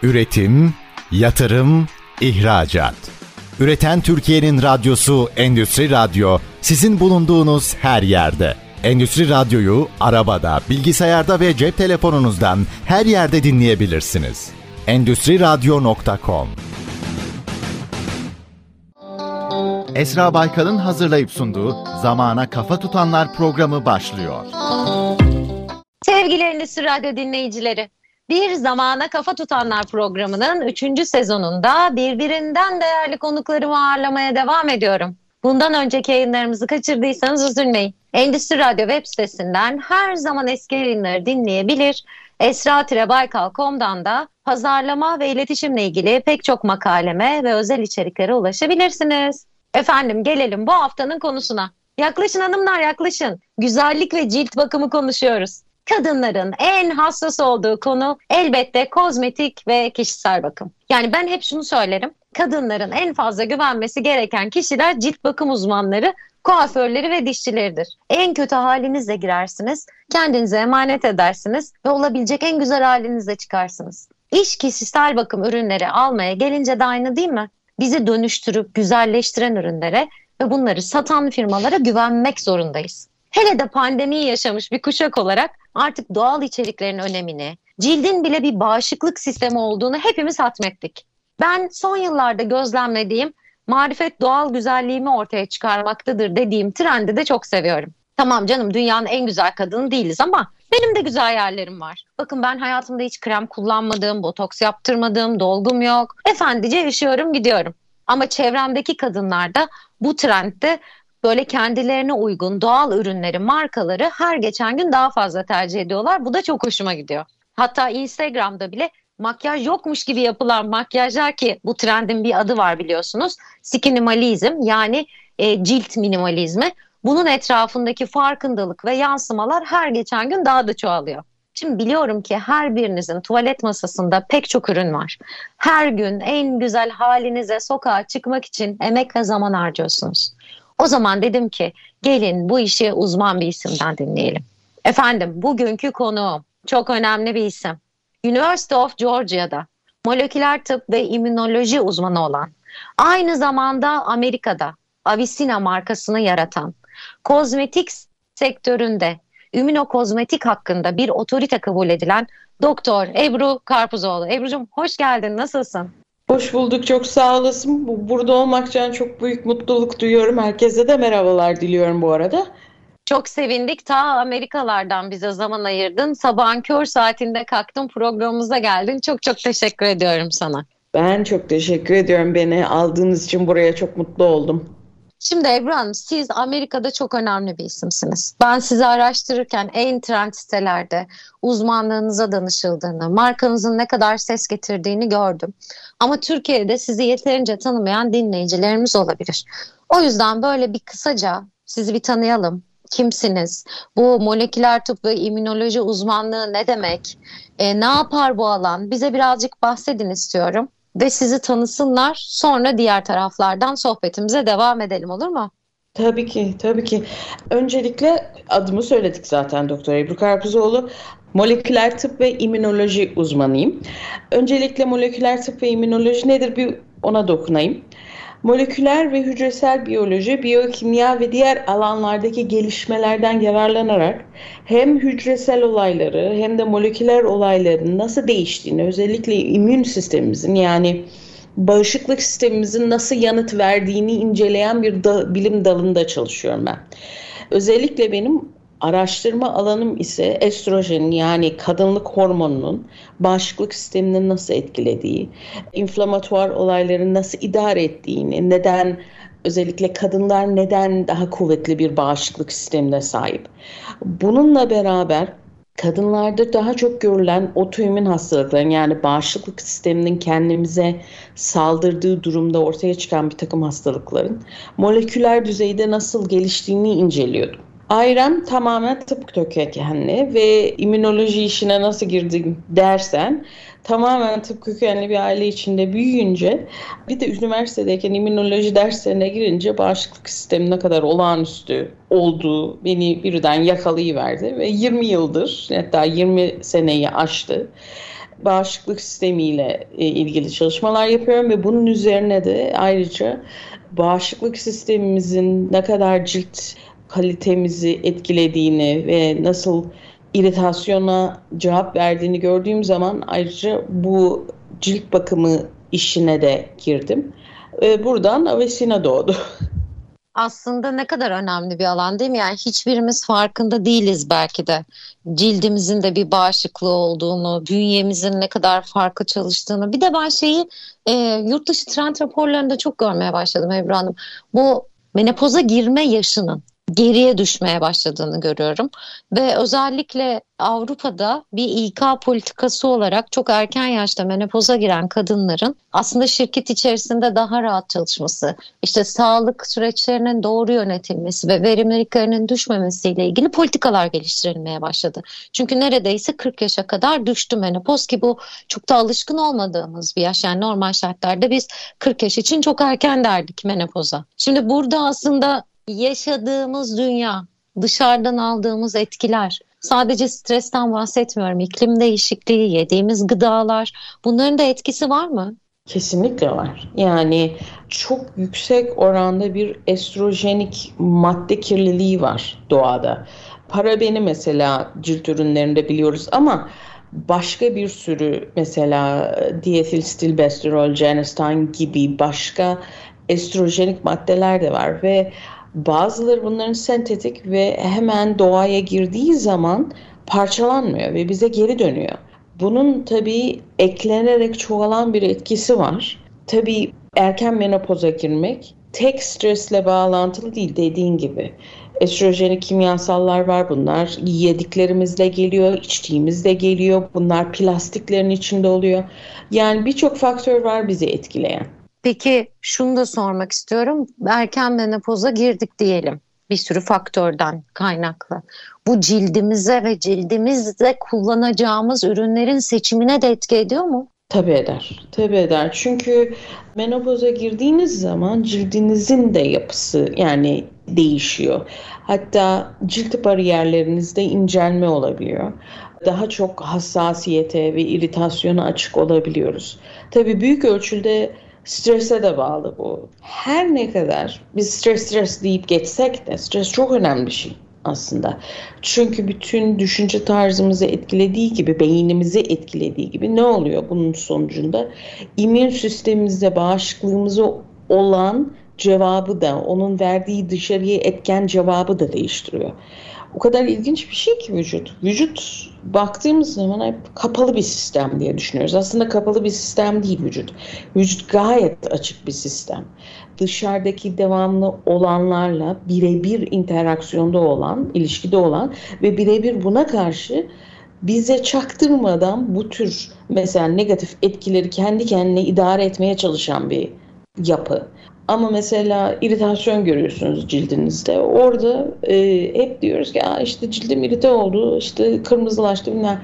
Üretim, yatırım, ihracat. Üreten Türkiye'nin radyosu Endüstri Radyo, sizin bulunduğunuz her yerde. Endüstri Radyo'yu arabada, bilgisayarda ve cep telefonunuzdan her yerde dinleyebilirsiniz. Endüstriradyo.com. Esra Baykal'ın hazırlayıp sunduğu Zamana Kafa Tutanlar programı başlıyor. Sevgili Endüstri Radyo dinleyicileri, Bir Zamana Kafa Tutanlar programının 3. sezonunda birbirinden değerli konuklarımı ağırlamaya devam ediyorum. Bundan önceki yayınlarımızı kaçırdıysanız üzülmeyin. Endüstri Radyo web sitesinden her zaman eski yayınları dinleyebilir. esra-baykal.com'dan da pazarlama ve iletişimle ilgili pek çok makaleme ve özel içeriklere ulaşabilirsiniz. Efendim gelelim bu haftanın konusuna. Yaklaşın hanımlar, yaklaşın. Güzellik ve cilt bakımı konuşuyoruz. Kadınların en hassas olduğu konu elbette kozmetik ve kişisel bakım. Yani ben hep şunu söylerim. Kadınların en fazla güvenmesi gereken kişiler cilt bakım uzmanları, kuaförleri ve dişçileridir. En kötü halinizle girersiniz, kendinize emanet edersiniz ve olabilecek en güzel halinizle çıkarsınız. İş kişisel bakım ürünleri almaya gelince de aynı değil mi? Bizi dönüştürüp güzelleştiren ürünlere ve bunları satan firmalara güvenmek zorundayız. Hele de pandemiyi yaşamış bir kuşak olarak artık doğal içeriklerin önemini, cildin bile bir bağışıklık sistemi olduğunu hepimiz hatmettik. Ben son yıllarda gözlemlediğim marifet doğal güzelliğimi ortaya çıkarmaktadır dediğim trendi de çok seviyorum. Tamam canım, dünyanın en güzel kadını değiliz ama benim de güzel yerlerim var. Bakın ben hayatımda hiç krem kullanmadım, botoks yaptırmadım, dolgum yok. Efendice yaşıyorum, gidiyorum. Ama çevremdeki kadınlar da bu trendde böyle kendilerine uygun doğal ürünleri, markaları her geçen gün daha fazla tercih ediyorlar. Bu da çok hoşuma gidiyor. Hatta Instagram'da bile makyaj yokmuş gibi yapılan makyajlar, ki bu trendin bir adı var biliyorsunuz. Skinimalizm, yani cilt minimalizmi. Bunun etrafındaki farkındalık ve yansımalar her geçen gün daha da çoğalıyor. Şimdi biliyorum ki her birinizin tuvalet masasında pek çok ürün var. Her gün en güzel halinize sokağa çıkmak için emek ve zaman harcıyorsunuz. O zaman dedim ki gelin bu işi uzman bir isimden dinleyelim. Efendim bugünkü konuğum çok önemli bir isim. University of Georgia'da moleküler tıp ve immünoloji uzmanı olan, aynı zamanda Amerika'da Avicenna markasını yaratan, kozmetik sektöründe immünokozmetik hakkında bir otorite kabul edilen Doktor Ebru Karpuzoğlu. Ebru'cum hoş geldin, nasılsın? Hoş bulduk, çok sağ olasın. Burada olmaktan çok büyük mutluluk duyuyorum. Herkese de merhabalar diliyorum bu arada. Çok sevindik. Ta Amerikalardan bize zaman ayırdın. Sabahın kör saatinde kalktın, programımıza geldin. Çok çok teşekkür ediyorum sana. Ben çok teşekkür ediyorum. Beni aldığınız için buraya çok mutlu oldum. Şimdi Ebru Hanım, siz Amerika'da çok önemli bir isimsiniz. Ben sizi araştırırken en trend sitelerde uzmanlığınıza danışıldığını, markanızın ne kadar ses getirdiğini gördüm. Ama Türkiye'de sizi yeterince tanımayan dinleyicilerimiz olabilir. O yüzden böyle bir kısaca sizi bir tanıyalım. Kimsiniz? Bu moleküler tıp ve immünoloji uzmanlığı ne demek? Ne yapar bu alan? Bize birazcık bahsedin istiyorum. Ve sizi tanısınlar, sonra diğer taraflardan sohbetimize devam edelim, olur mu? Tabii ki, tabii ki. Öncelikle adımı söyledik zaten, Doktor Ebru Karpuzoğlu. Moleküler tıp ve immünoloji uzmanıyım. Öncelikle moleküler tıp ve immünoloji nedir bir ona dokunayım. Moleküler ve hücresel biyoloji, biyokimya ve diğer alanlardaki gelişmelerden yararlanarak hem hücresel olayları hem de moleküler olayların nasıl değiştiğini, özellikle immün sistemimizin yani bağışıklık sistemimizin nasıl yanıt verdiğini inceleyen bir bilim dalında çalışıyorum ben. Özellikle benim araştırma alanım ise estrojenin yani kadınlık hormonunun bağışıklık sistemini nasıl etkilediği, inflamatuar olayları nasıl idare ettiğini, neden özellikle kadınlar neden daha kuvvetli bir bağışıklık sistemine sahip. Bununla beraber kadınlarda daha çok görülen otoimmün hastalıkların yani bağışıklık sisteminin kendimize saldırdığı durumda ortaya çıkan bir takım hastalıkların moleküler düzeyde nasıl geliştiğini inceliyordum. Ailem tamamen tıp kökenli ve immünoloji işine nasıl girdim dersen tamamen tıp kökenli bir aile içinde büyüyünce bir de üniversitedeyken immünoloji derslerine girince bağışıklık sistemi ne kadar olağanüstü olduğu beni birden yakalayıverdi ve 20 yıldır hatta 20 seneyi aştı. bağışıklık sistemiyle ilgili çalışmalar yapıyorum ve bunun üzerine de ayrıca bağışıklık sistemimizin ne kadar cilt kalitemizi etkilediğini ve nasıl iritasyona cevap verdiğini gördüğüm zaman ayrıca bu cilt bakımı işine de girdim. Buradan Avesina doğdu. Aslında ne kadar önemli bir alan değil mi? Yani hiçbirimiz farkında değiliz belki de. Cildimizin de bir bağışıklığı olduğunu, bünyemizin ne kadar farklı çalıştığını. Bir de ben yurt dışı trend raporlarında çok görmeye başladım Ebru Hanım. Bu menopoza girme yaşının geriye düşmeye başladığını görüyorum. Ve özellikle Avrupa'da bir İK politikası olarak çok erken yaşta menopoza giren kadınların aslında şirket içerisinde daha rahat çalışması, işte sağlık süreçlerinin doğru yönetilmesi ve verimliliklerinin düşmemesiyle ilgili politikalar geliştirilmeye başladı. Çünkü neredeyse 40 yaşa kadar düştü menopoz ki bu çok da alışkın olmadığımız bir yaş. Yani normal şartlarda biz 40 yaş için çok erken derdik menopoza. Şimdi burada aslında yaşadığımız dünya, dışarıdan aldığımız etkiler, sadece stresten bahsetmiyorum, iklim değişikliği, yediğimiz gıdalar, bunların da etkisi var mı? Kesinlikle var. Yani çok yüksek oranda bir estrojenik madde kirliliği var doğada. Parabeni mesela cilt ürünlerinde biliyoruz ama başka bir sürü mesela dietilstilbesterol, genistein gibi başka estrojenik maddeler de var ve bazıları bunların sentetik ve hemen doğaya girdiği zaman parçalanmıyor ve bize geri dönüyor. Bunun tabii eklenerek çoğalan bir etkisi var. Tabii erken menopoza girmek tek stresle bağlantılı değil dediğin gibi. Estrojenik kimyasallar var, bunlar yediklerimizle geliyor, içtiğimizle geliyor, bunlar plastiklerin içinde oluyor. Yani birçok faktör var bizi etkileyen. Peki şunu da sormak istiyorum. Erken menopoza girdik diyelim bir sürü faktörden kaynaklı. Bu cildimize ve cildimizde kullanacağımız ürünlerin seçimine de etki ediyor mu? Tabii eder. Tabii eder. Çünkü menopoza girdiğiniz zaman cildinizin de yapısı yani değişiyor. Hatta cilt bariyerlerinizde incelme olabiliyor. Daha çok hassasiyete ve iritasyona açık olabiliyoruz. Tabii büyük ölçüde strese de bağlı bu. Her ne kadar biz stres deyip geçsek de stres çok önemli bir şey aslında. Çünkü bütün düşünce tarzımızı etkilediği gibi, beynimizi etkilediği gibi ne oluyor bunun sonucunda? İmmün sistemimizde bağışıklığımıza olan cevabı da, onun verdiği dışarıya etken cevabı da değiştiriyor. O kadar ilginç bir şey ki vücut. Vücut baktığımız zaman hep kapalı bir sistem diye düşünüyoruz. Aslında kapalı bir sistem değil vücut. Vücut gayet açık bir sistem. Dışarıdaki devamlı olanlarla birebir interaksiyonda olan, ilişkide olan ve birebir buna karşı bize çaktırmadan bu tür mesela negatif etkileri kendi kendine idare etmeye çalışan bir yapı. Ama mesela iritasyon görüyorsunuz cildinizde. Orada hep diyoruz ki işte cildim irite oldu, işte kırmızılaştı bilmem.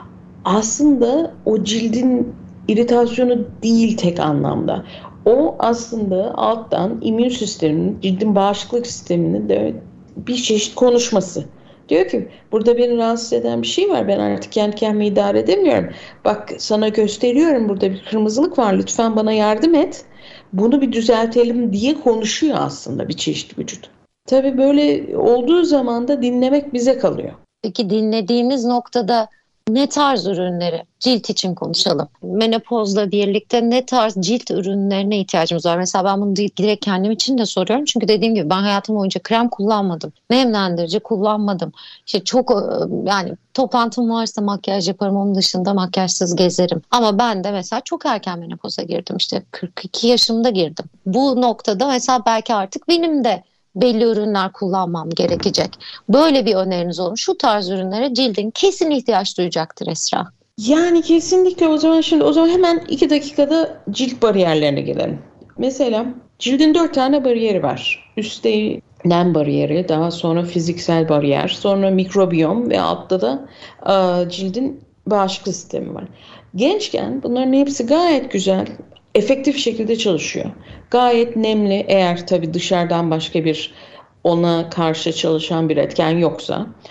Aslında o cildin iritasyonu değil tek anlamda. O aslında alttan immün sisteminin, cildin bağışıklık sisteminin de bir çeşit konuşması. Diyor ki burada beni rahatsız eden bir şey var. Ben artık kendi kendimi idare edemiyorum. Bak sana gösteriyorum burada bir kırmızılık var. Lütfen bana yardım et. Bunu bir düzeltelim diye konuşuyor aslında bir çeşit vücut. Tabii böyle olduğu zaman da dinlemek bize kalıyor. Peki dinlediğimiz noktada ne tarz ürünleri, cilt için konuşalım. Menopozla birlikte ne tarz cilt ürünlerine ihtiyacımız var? Mesela ben bunu direkt kendim için de soruyorum. Çünkü dediğim gibi ben hayatım boyunca krem kullanmadım. Nemlendirici kullanmadım. İşte çok yani toplantım varsa makyaj yaparım. Onun dışında makyajsız gezerim. Ama ben de mesela çok erken menopoza girdim. İşte 42 yaşımda girdim. Bu noktada mesela belki artık benim de belli ürünler kullanmam gerekecek. Böyle bir öneriniz olur. Şu tarz ürünlere cildin kesin ihtiyaç duyacaktır Esra. Yani kesinlikle o zaman hemen 2 dakikada cilt bariyerlerine gelelim. Mesela cildin 4 tane bariyeri var. Üstte nem bariyeri, daha sonra fiziksel bariyer, sonra mikrobiyom ve altta da cildin bağışıklık sistemi var. Gençken bunların hepsi gayet güzel, efektif şekilde çalışıyor. Gayet nemli eğer tabii dışarıdan başka bir ona karşı çalışan bir etken yoksa.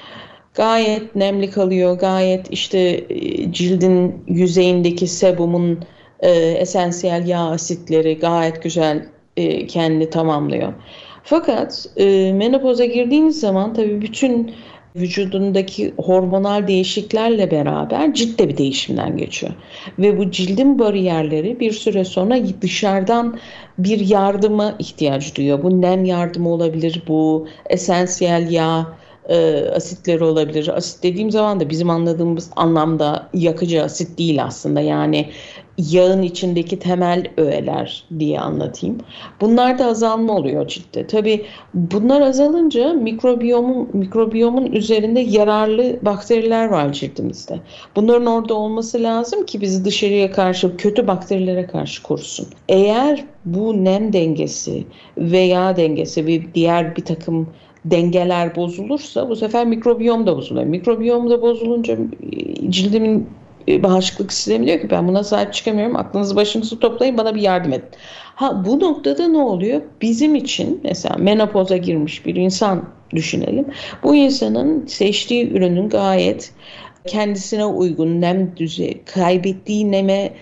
gayet nemli kalıyor. Gayet işte cildin yüzeyindeki sebumun esansiyel yağ asitleri gayet güzel kendini tamamlıyor. Fakat menopoza girdiğimiz zaman tabii bütün vücudundaki hormonal değişikliklerle beraber cilt de bir değişimden geçiyor. Ve bu cildin bariyerleri bir süre sonra dışarıdan bir yardıma ihtiyaç duyuyor. Bu nem yardımı olabilir, bu esansiyel yağ asitleri olabilir. Asit dediğim zaman da bizim anladığımız anlamda yakıcı asit değil aslında. Yani yağın içindeki temel öğeler diye anlatayım. Bunlarda azalma oluyor ciltte. Tabii bunlar azalınca mikrobiyomun üzerinde yararlı bakteriler var cildimizde. Bunların orada olması lazım ki bizi dışarıya karşı, kötü bakterilere karşı korusun. Eğer bu nem dengesi ve yağ dengesi ve diğer bir takım dengeler bozulursa bu sefer mikrobiyom da bozuluyor. Mikrobiyom da bozulunca cildimin bağışıklık sistemi diyor ki ben buna sahip çıkamıyorum. Aklınızı başınızı toplayın, bana bir yardım edin. Bu noktada ne oluyor? Bizim için mesela menopoza girmiş bir insan düşünelim. Bu insanın seçtiği ürünün gayet kendisine uygun nem düzeyi, kaybettiği neme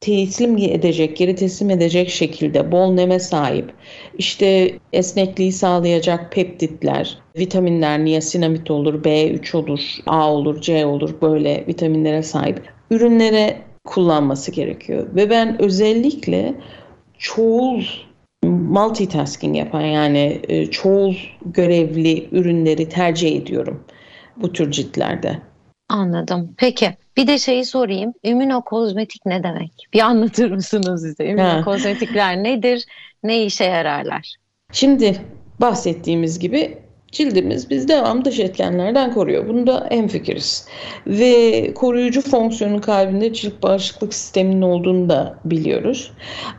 geri teslim edecek şekilde bol neme sahip, işte esnekliği sağlayacak peptitler, vitaminler, niasinamid olur, B3 olur, A olur, C olur, böyle vitaminlere sahip ürünlere kullanması gerekiyor. Ve ben özellikle çoğul multitasking yapan, yani çoğul görevli ürünleri tercih ediyorum bu tür ciltlerde. Anladım. Peki bir de şeyi sorayım. İmmünokozmetik ne demek? Bir anlatır mısınız bize? İmmünokozmetikler nedir? Ne işe yararlar? Şimdi bahsettiğimiz gibi cildimiz biz devamlı dış etkenlerden koruyor. Bunda hemfikiriz. Ve koruyucu fonksiyonun kalbinde cilt bağışıklık sisteminin olduğunu da biliyoruz.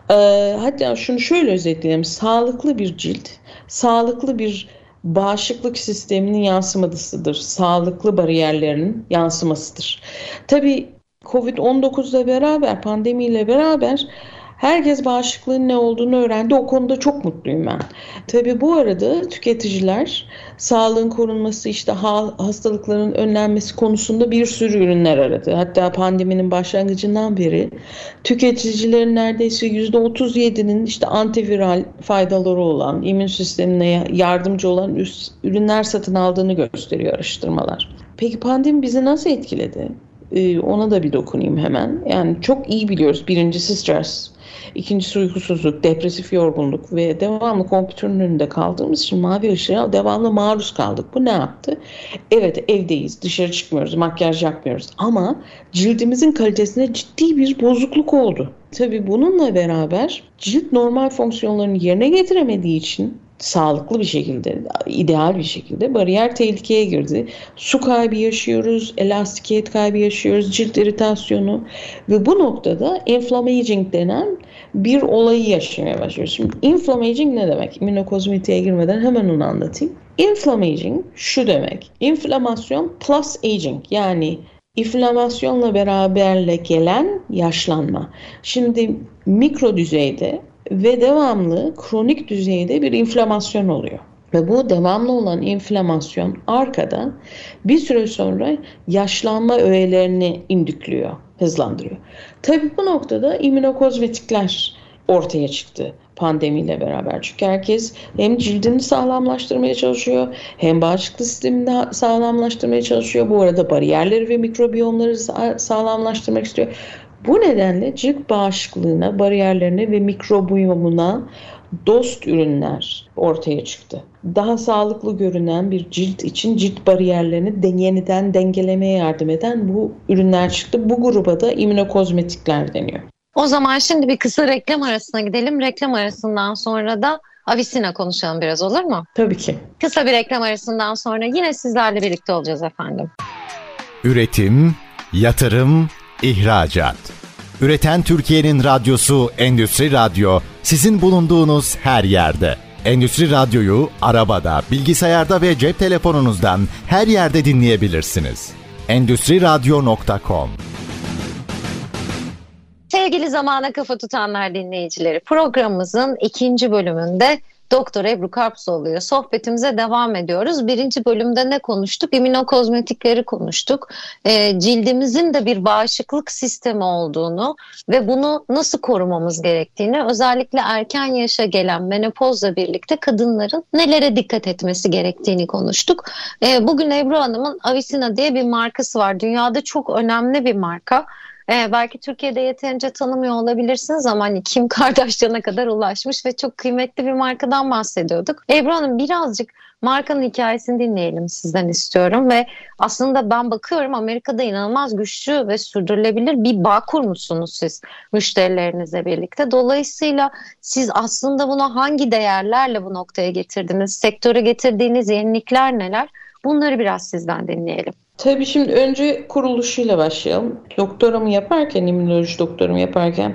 Hatta şunu şöyle özetleyelim. Sağlıklı bir cilt, sağlıklı bir bağışıklık sisteminin yansımasıdır. Sağlıklı bariyerlerinin yansımasıdır. Tabii Covid-19'la beraber, pandemiyle beraber herkes bağışıklığın ne olduğunu öğrendi. O konuda çok mutluyum ben. Tabii bu arada tüketiciler sağlığın korunması, işte hastalıkların önlenmesi konusunda bir sürü ürünler aradı. Hatta pandeminin başlangıcından beri tüketicilerin neredeyse %37'nin işte antiviral faydaları olan, immün sistemine yardımcı olan ürünler satın aldığını gösteriyor araştırmalar. Peki pandemi bizi nasıl etkiledi? Ona da bir dokunayım hemen. Yani çok iyi biliyoruz. Birincisi stres. İkincisi uykusuzluk, depresif yorgunluk ve devamlı kompütürün önünde kaldığımız için mavi ışığa devamlı maruz kaldık. Bu ne yaptı? Evet, evdeyiz, dışarı çıkmıyoruz, makyaj yapmıyoruz ama cildimizin kalitesinde ciddi bir bozukluk oldu. Tabii bununla beraber cilt normal fonksiyonlarını yerine getiremediği için sağlıklı bir şekilde, ideal bir şekilde bariyer tehlikeye girdi. Su kaybı yaşıyoruz, elastikiyet kaybı yaşıyoruz, cilt iritasyonu ve bu noktada inflammaging denen bir olayı yaşamaya başlıyoruz. Şimdi inflammaging ne demek? İmmünokozmetiğe girmeden hemen onu anlatayım. Inflammaging şu demek: inflamasyon plus aging, yani inflamasyonla beraberle gelen yaşlanma. Şimdi mikro düzeyde ve devamlı kronik düzeyde bir inflamasyon oluyor. Ve bu devamlı olan inflamasyon arkada bir süre sonra yaşlanma öğelerini indükliyor, hızlandırıyor. Tabii bu noktada immünokozmetikler ortaya çıktı pandemiyle beraber. Çünkü herkes hem cildini sağlamlaştırmaya çalışıyor, hem bağışıklık sistemini sağlamlaştırmaya çalışıyor. Bu arada bariyerleri ve mikrobiyomları sağlamlaştırmak istiyor. Bu nedenle cilt bağışıklığına, bariyerlerine ve mikrobiyomuna dost ürünler ortaya çıktı. Daha sağlıklı görünen bir cilt için cilt bariyerlerini yeniden dengelemeye yardım eden bu ürünler çıktı. Bu gruba da immünokozmetikler deniyor. O zaman şimdi bir kısa reklam arasına gidelim. Reklam arasından sonra da Avicenna konuşalım biraz, olur mu? Tabii ki. Kısa bir reklam arasından sonra yine sizlerle birlikte olacağız efendim. Üretim, yatırım, ihracat. Üreten Türkiye'nin radyosu Endüstri Radyo, sizin bulunduğunuz her yerde. Endüstri Radyo'yu arabada, bilgisayarda ve cep telefonunuzdan her yerde dinleyebilirsiniz. Endüstriradyo.com. Sevgili Zamana Kafa Tutanlar dinleyicileri, programımızın ikinci bölümünde Doktor Ebru Karpuzoğlu'yla sohbetimize devam ediyoruz. Birinci bölümde ne konuştuk? İmmünokozmetikleri konuştuk. Cildimizin de bir bağışıklık sistemi olduğunu ve bunu nasıl korumamız gerektiğini, özellikle erken yaşa gelen menopozla birlikte kadınların nelere dikkat etmesi gerektiğini konuştuk. Bugün Ebru Hanım'ın Avicenna diye bir markası var. Dünyada çok önemli bir marka. Belki Türkiye'de yeterince tanımıyor olabilirsiniz ama hani Kim Kardashian'a kadar ulaşmış ve çok kıymetli bir markadan bahsediyorduk. Ebru Hanım, birazcık markanın hikayesini dinleyelim sizden istiyorum ve aslında ben bakıyorum Amerika'da inanılmaz güçlü ve sürdürülebilir bir bağ kurmuşsunuz siz müşterilerinizle birlikte. Dolayısıyla siz aslında bunu hangi değerlerle bu noktaya getirdiniz? Sektöre getirdiğiniz yenilikler neler? Bunları biraz sizden dinleyelim. Tabii şimdi önce kuruluşuyla başlayalım. Doktoramı yaparken, immünoloji doktoramı yaparken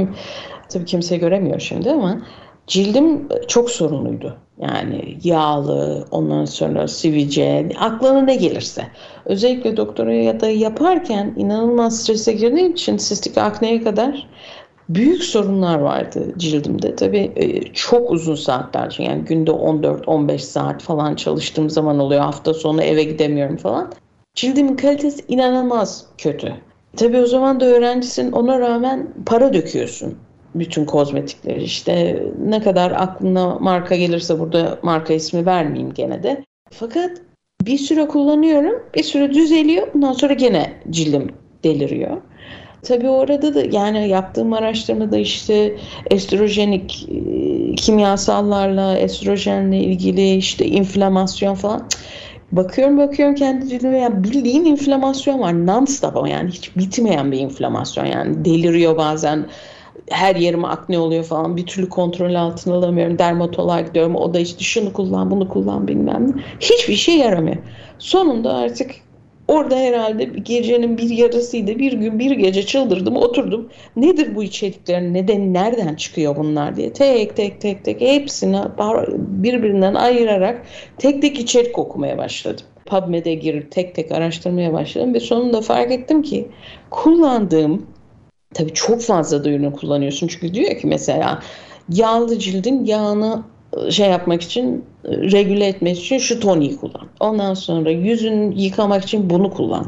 tabii kimse göremiyor şimdi ama cildim çok sorunluydu. Yani yağlı, ondan sonra sivilce, aklına ne gelirse. Özellikle doktorayı da yaparken inanılmaz strese girdiğim için sistik akneye kadar büyük sorunlar vardı cildimde. Tabii çok uzun saatler, yani günde 14-15 saat falan çalıştığım zaman oluyor. Hafta sonu eve gidemiyorum falan. Cildimin kalitesi inanılmaz kötü. Tabii o zaman da öğrencisin, ona rağmen para döküyorsun. Bütün kozmetikleri işte, ne kadar aklına marka gelirse, burada marka ismi vermeyeyim gene de. Fakat bir süre kullanıyorum, bir süre düzeliyor, ondan sonra gene cildim deliriyor. Tabii orada da yani yaptığım araştırmada işte estrojenik kimyasallarla, estrojenle ilgili işte inflamasyon falan. Bakıyorum kendi cildime, yani bildiğin inflamasyon var non-stop ama yani hiç bitmeyen bir inflamasyon, yani deliriyor bazen, her yerime akne oluyor falan, bir türlü kontrol altına alamıyorum, dermatoloğa gidiyorum, o da işte şunu kullan bunu kullan bilmem ne, hiçbir şey yaramıyor. Sonunda artık orada herhalde gecenin bir yarısıydı, bir gün bir gece çıldırdım, oturdum, nedir bu içerikler, nereden çıkıyor bunlar diye tek hepsini birbirinden ayırarak tek tek içerik okumaya başladım. PubMed'e girip tek tek araştırmaya başladım ve sonunda fark ettim ki kullandığım, tabii çok fazla da ürün kullanıyorsun çünkü diyor ki mesela yağlı cildin yağını yapmak için, regüle etmek için şu toniği kullan. Ondan sonra yüzünü yıkamak için bunu kullan.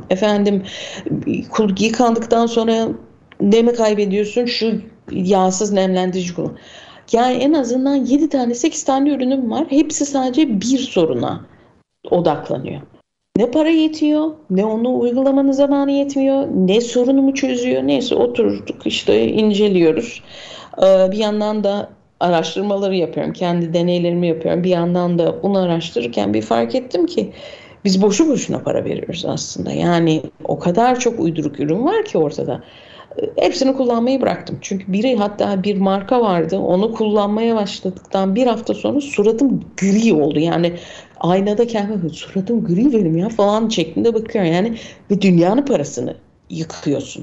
Yıkandıktan sonra nemi kaybediyorsun, şu yağsız nemlendirici kullan. Yani en azından 7 tane 8 tane ürünüm var. Hepsi sadece bir soruna odaklanıyor. Ne para yetiyor, ne onu uygulamanın zamanı yetmiyor, ne sorunumu çözüyor. Neyse oturduk işte inceliyoruz. Bir yandan da araştırmaları yapıyorum, kendi deneylerimi yapıyorum. Bir yandan da bunu araştırırken bir fark ettim ki biz boşu boşuna para veriyoruz aslında. Yani o kadar çok uyduruk ürün var ki ortada. Hepsini kullanmayı bıraktım. Çünkü hatta bir marka vardı, onu kullanmaya başladıktan bir hafta sonra suratım gri oldu. Yani aynada kendime suratım gri benim ya falan şeklinde bakıyorum. Yani ve dünyanın parasını yıkıyorsun.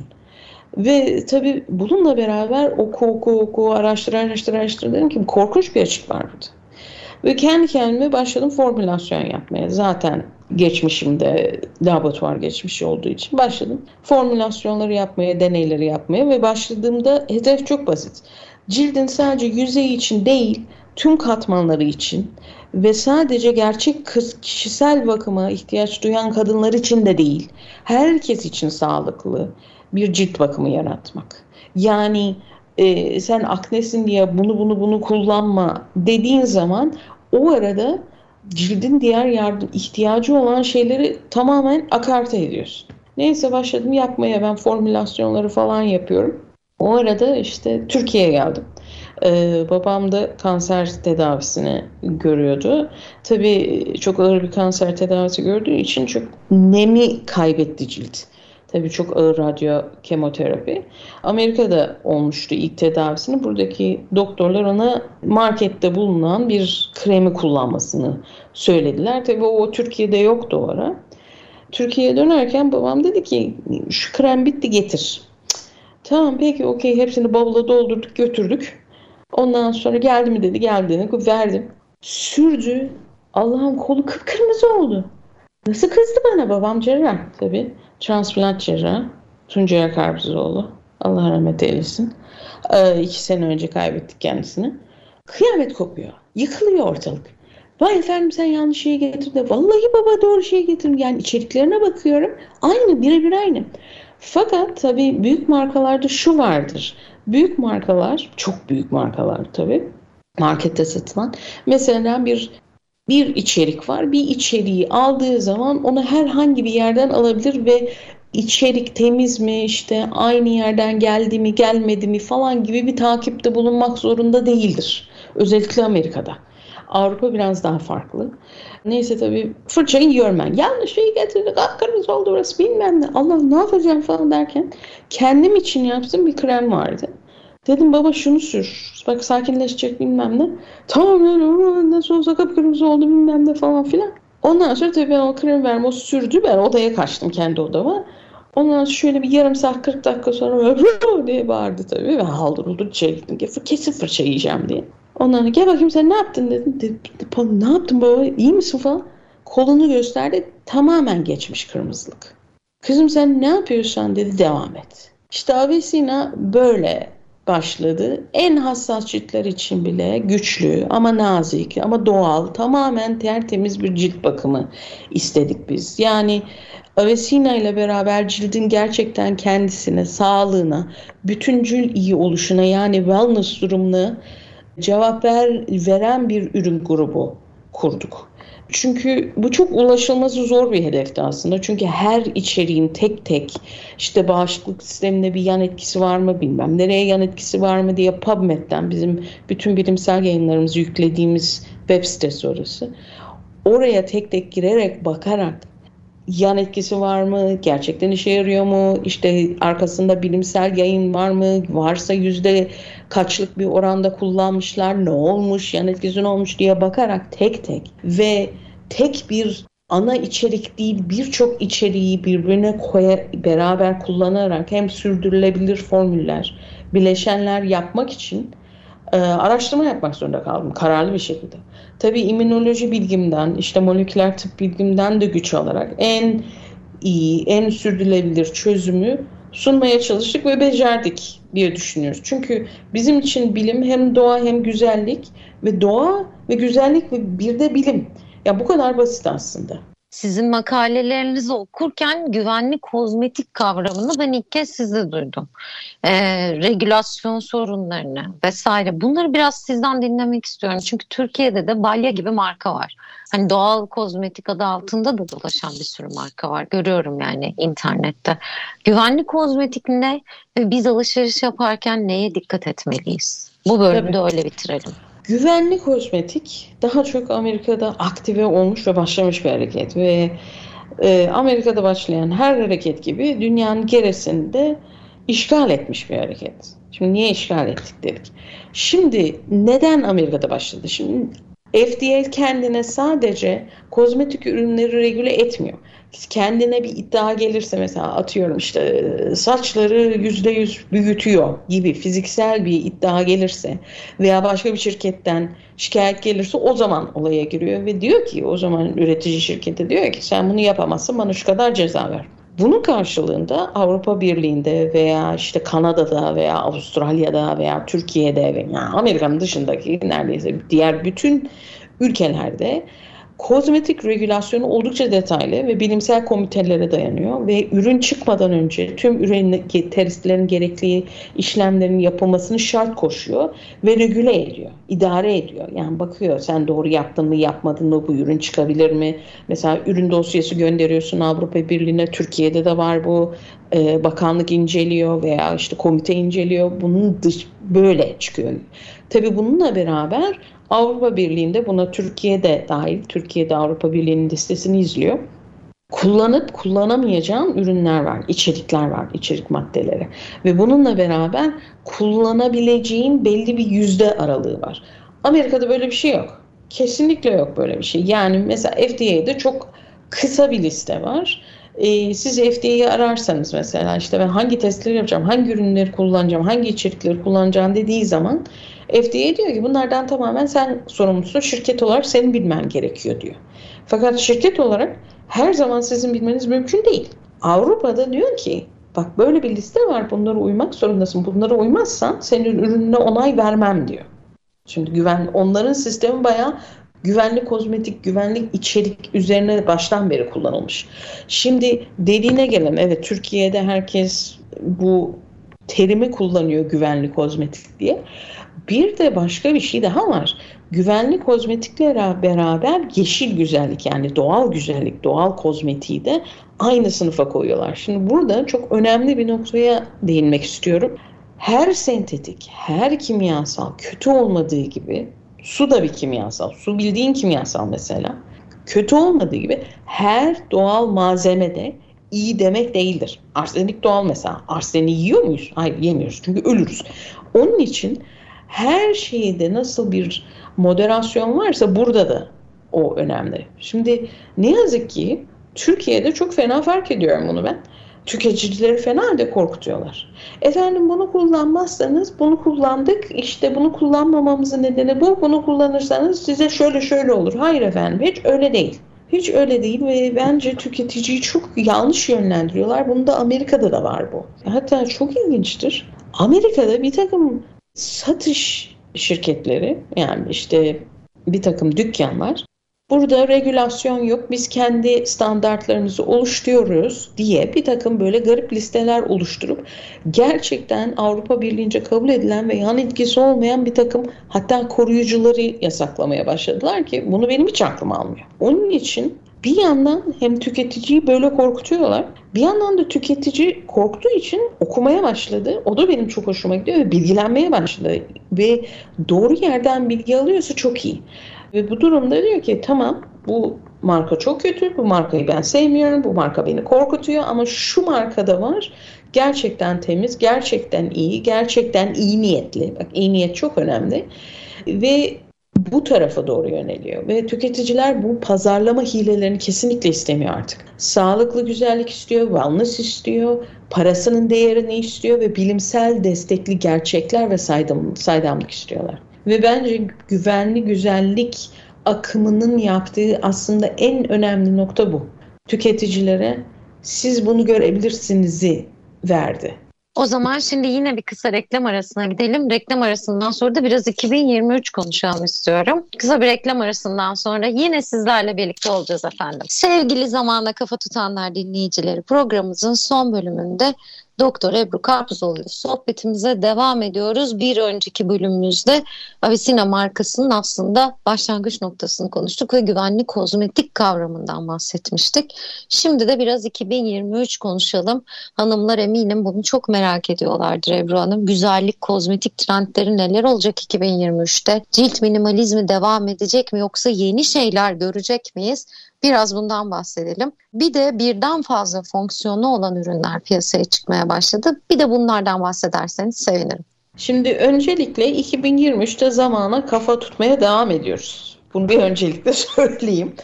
Ve tabii bununla beraber oku araştır dedim ki korkunç bir açık var burada. Ve kendi kendime başladım formülasyon yapmaya. Zaten geçmişimde laboratuvar geçmişi olduğu için başladım formülasyonları yapmaya, deneyleri yapmaya ve başladığımda hedef çok basit. Cildin sadece yüzeyi için değil, tüm katmanları için ve sadece gerçek kişisel bakıma ihtiyaç duyan kadınlar için de değil, herkes için sağlıklı bir cilt bakımı yaratmak. Yani sen aknesin diye bunu kullanma dediğin zaman o arada cildin diğer yardım ihtiyacı olan şeyleri tamamen akarte ediyorsun. Neyse başladım yapmaya, ben formülasyonları falan yapıyorum. O arada işte Türkiye'ye geldim. Babam da kanser tedavisini görüyordu. Tabii çok ağır bir kanser tedavisi gördüğü için çok nemi kaybetti cilt. Tabii çok ağır radyo kemoterapi. Amerika'da olmuştu ilk tedavisini. Buradaki doktorlar ona markette bulunan bir kremi kullanmasını söylediler. Tabii o Türkiye'de yoktu o ara. Türkiye'ye dönerken babam dedi ki şu krem bitti getir. Tamam peki okey, hepsini bavula doldurduk götürdük. Ondan sonra geldi mi dedi, geldiğini verdim. Sürdü. Allah'ım kolu kıpkırmızı oldu. Nasıl kızdı bana, babam cerrah tabii. Transplant cerrahı Tuncay Karpuzoğlu. Allah rahmet eylesin. 2 sene önce kaybettik kendisini. Kıyamet kopuyor. Yıkılıyor ortalık. Vay efendim sen yanlış şeyi getirdin. Vallahi baba doğru şeyi getirdim. Yani içeriklerine bakıyorum. Aynı, birebir aynı. Fakat tabii büyük markalarda şu vardır. Büyük markalar, çok büyük markalar tabii, markette satılan. Mesela bir içerik var. Bir içeriği aldığı zaman onu herhangi bir yerden alabilir ve içerik temiz mi, işte aynı yerden geldi mi gelmedi mi falan gibi bir takipte bulunmak zorunda değildir. Özellikle Amerika'da. Avrupa biraz daha farklı. Neyse tabii fırçayı yiyorum ben. Yanlış şeyi getirdik. Kırmızı oldu orası bilmem ne. Allah ne yapacağım falan derken kendim için yaptığım bir krem vardı. Dedim baba şunu sür. Bak sakinleşecek bilmem ne. Tamam nasıl olsa kıpkırmızı oldu bilmem ne falan filan. Ondan sonra tabii ben o kremi verme o sürdü. Ben odaya kaçtım kendi odama. Ondan sonra şöyle bir yarım saat 40 dakika sonra böyle diye bağırdı tabii. Ben haldır uldur içeri gittim. Kesin fırça yiyeceğim diye. Ondan sonra gel bakayım sen ne yaptın dedim. Ne yaptın baba iyi misin falan. Kolunu gösterdi tamamen geçmiş kırmızılık. Kızım sen ne yapıyorsan dedi devam et. İşte Avesina böyle başladı. En hassas ciltler için bile güçlü ama nazik ama doğal tamamen tertemiz bir cilt bakımı istedik biz. Yani Avesina ile beraber cildin gerçekten kendisine, sağlığına, bütüncül iyi oluşuna yani wellness durumuna cevap veren bir ürün grubu kurduk. Çünkü bu çok ulaşılması zor bir hedefti aslında. Çünkü her içeriğin tek tek işte bağışıklık sistemine bir yan etkisi var mı bilmem nereye yan etkisi var mı diye PubMed'den bizim bütün bilimsel yayınlarımızı yüklediğimiz web sitesi orası. Oraya tek tek girerek bakarak yan etkisi var mı? Gerçekten işe yarıyor mu? İşte arkasında bilimsel yayın var mı? Varsa yüzde kaçlık bir oranda kullanmışlar? Ne olmuş? Yan etkisi ne olmuş diye bakarak tek tek ve tek bir ana içerik değil birçok içeriği birbirine beraber kullanarak hem sürdürülebilir formüller, bileşenler yapmak için araştırma yapmak zorunda kaldım kararlı bir şekilde. Tabii immünoloji bilgimden, işte moleküler tıp bilgimden de güç alarak en iyi, en sürdürülebilir çözümü sunmaya çalıştık ve becerdik diye düşünüyoruz. Çünkü bizim için bilim hem doğa hem güzellik ve doğa ve güzellik ve bir de bilim. Ya bu kadar basit aslında. Sizin makalelerinizi okurken güvenli kozmetik kavramını ben ilk kez sizde duydum. Regülasyon sorunlarını vesaire. Bunları biraz sizden dinlemek istiyorum. Çünkü Türkiye'de de Balya gibi marka var. Hani doğal kozmetik adı altında da dolaşan bir sürü marka var. Görüyorum yani internette. Güvenli kozmetik ne ve biz alışveriş yaparken neye dikkat etmeliyiz? Bu bölümde öyle bitirelim. Güvenli kozmetik daha çok Amerika'da aktive olmuş ve başlamış bir hareket ve Amerika'da başlayan her hareket gibi dünyanın gerisinde işgal etmiş bir hareket. Şimdi niye işgal ettik dedik. Şimdi neden Amerika'da başladı? Şimdi FDA kendine sadece kozmetik ürünleri regüle etmiyor. Kendine bir iddia gelirse mesela atıyorum işte saçları %100 büyütüyor gibi fiziksel bir iddia gelirse veya başka bir şirketten şikayet gelirse o zaman olaya giriyor ve diyor ki o zaman üretici şirketi diyor ki sen bunu yapamazsın bana şu kadar ceza ver. Bunun karşılığında Avrupa Birliği'nde veya işte Kanada'da veya Avustralya'da veya Türkiye'de veya Amerika'nın dışındaki neredeyse diğer bütün ülkelerde kozmetik regülasyonu oldukça detaylı ve bilimsel komitelere dayanıyor ve ürün çıkmadan önce tüm ürün testlerin gerekli işlemlerin yapılmasını şart koşuyor ve regüle ediyor, idare ediyor. Yani bakıyor sen doğru yaptın mı yapmadın mı bu ürün çıkabilir mi? Mesela ürün dosyası gönderiyorsun Avrupa Birliği'ne, Türkiye'de de var bu. Bakanlık inceliyor veya işte komite inceliyor. Bunun böyle çıkıyor. Tabii bununla beraber Avrupa Birliği'nde buna Türkiye'de dahil, Türkiye'de Avrupa Birliği'nin listesini izliyor. Kullanıp kullanamayacağın ürünler var, içerikler var, içerik maddeleri. Ve bununla beraber kullanabileceğin belli bir yüzde aralığı var. Amerika'da böyle bir şey yok. Kesinlikle yok böyle bir şey. Yani mesela FDA'de çok kısa bir liste var. Siz FDA'yı ararsanız mesela işte ben hangi testleri yapacağım, hangi ürünleri kullanacağım, hangi içerikleri kullanacağım dediği zaman FDA diyor ki bunlardan tamamen sen sorumlusun, şirket olarak senin bilmen gerekiyor diyor. Fakat şirket olarak her zaman sizin bilmeniz mümkün değil. Avrupa'da diyor ki bak böyle bir liste var bunlara uymak zorundasın. Bunlara uymazsan senin ürününe onay vermem diyor. Şimdi onların sistemi bayağı güvenli kozmetik, güvenlik içerik üzerine baştan beri kullanılmış. Şimdi dediğine gelen, evet Türkiye'de herkes bu terimi kullanıyor, güvenli kozmetik diye. Bir de başka bir şey daha var. Güvenli kozmetikle beraber yeşil güzellik, yani doğal güzellik, doğal kozmetiği de aynı sınıfa koyuyorlar. Şimdi burada çok önemli bir noktaya değinmek istiyorum. Her sentetik, her kimyasal kötü olmadığı gibi, su da bir kimyasal, su bildiğin kimyasal mesela, kötü olmadığı gibi her doğal malzeme de iyi demek değildir. Arsenik doğal mesela. Arseniği yiyor muyuz? Hayır, yemiyoruz çünkü ölürüz. Onun için her şeyde nasıl bir moderasyon varsa burada da o önemli. Şimdi ne yazık ki Türkiye'de çok fena fark ediyorum bunu ben. Tüketicileri fena halde korkutuyorlar. Efendim bunu kullanmazsanız bunu kullandık, işte bunu kullanmamamızın nedeni bu, bunu kullanırsanız size şöyle şöyle olur. Hayır efendim, hiç öyle değil. Hiç öyle değil ve bence tüketiciyi çok yanlış yönlendiriyorlar. Bunu da Amerika'da da var bu. Hatta çok ilginçtir. Amerika'da bir takım satış şirketleri, yani işte bir takım dükkanlar, burada regülasyon yok, biz kendi standartlarımızı oluşturuyoruz diye bir takım böyle garip listeler oluşturup gerçekten Avrupa Birliği'nce kabul edilen ve yan etkisi olmayan bir takım hatta koruyucuları yasaklamaya başladılar ki bunu benim hiç aklım almıyor. Onun için bir yandan hem tüketiciyi böyle korkutuyorlar, bir yandan da tüketici korktuğu için okumaya başladı. O da benim çok hoşuma gidiyor ve bilgilenmeye başladı. Ve doğru yerden bilgi alıyorsa çok iyi. Ve bu durumda diyor ki tamam, bu marka çok kötü, bu markayı ben sevmiyorum, bu marka beni korkutuyor ama şu markada var, gerçekten temiz, gerçekten iyi, gerçekten iyi niyetli. Bak, iyi niyet çok önemli ve bu tarafa doğru yöneliyor ve tüketiciler bu pazarlama hilelerini kesinlikle istemiyor artık. Sağlıklı güzellik istiyor, wellness istiyor, parasının değerini istiyor ve bilimsel destekli gerçekler ve saydamlık istiyorlar. Ve bence güvenli güzellik akımının yaptığı aslında en önemli nokta bu. Tüketicilere siz bunu görebilirsiniz'i verdi. O zaman şimdi yine bir kısa reklam arasına gidelim. Reklam arasından sonra da biraz 2023 konuşalım istiyorum. Kısa bir reklam arasından sonra yine sizlerle birlikte olacağız efendim. Sevgili Zamana Kafa Tutanlar dinleyicileri, programımızın son bölümünde Doktor Ebru Karpuzoğlu ile sohbetimize devam ediyoruz. Bir önceki bölümümüzde Avicena markasının aslında başlangıç noktasını konuştuk ve güvenli kozmetik kavramından bahsetmiştik. Şimdi de biraz 2023 konuşalım. Hanımlar eminim bunu çok merak ediyorlardır Ebru Hanım. Güzellik, kozmetik trendleri neler olacak 2023'te? Cilt minimalizmi devam edecek mi yoksa yeni şeyler görecek miyiz? Biraz bundan bahsedelim. Bir de birden fazla fonksiyonu olan ürünler piyasaya çıkmaya başladı. Bir de bunlardan bahsederseniz sevinirim. Şimdi öncelikle 2023'te zamana kafa tutmaya devam ediyoruz. Bunu bir öncelikle söyleyeyim.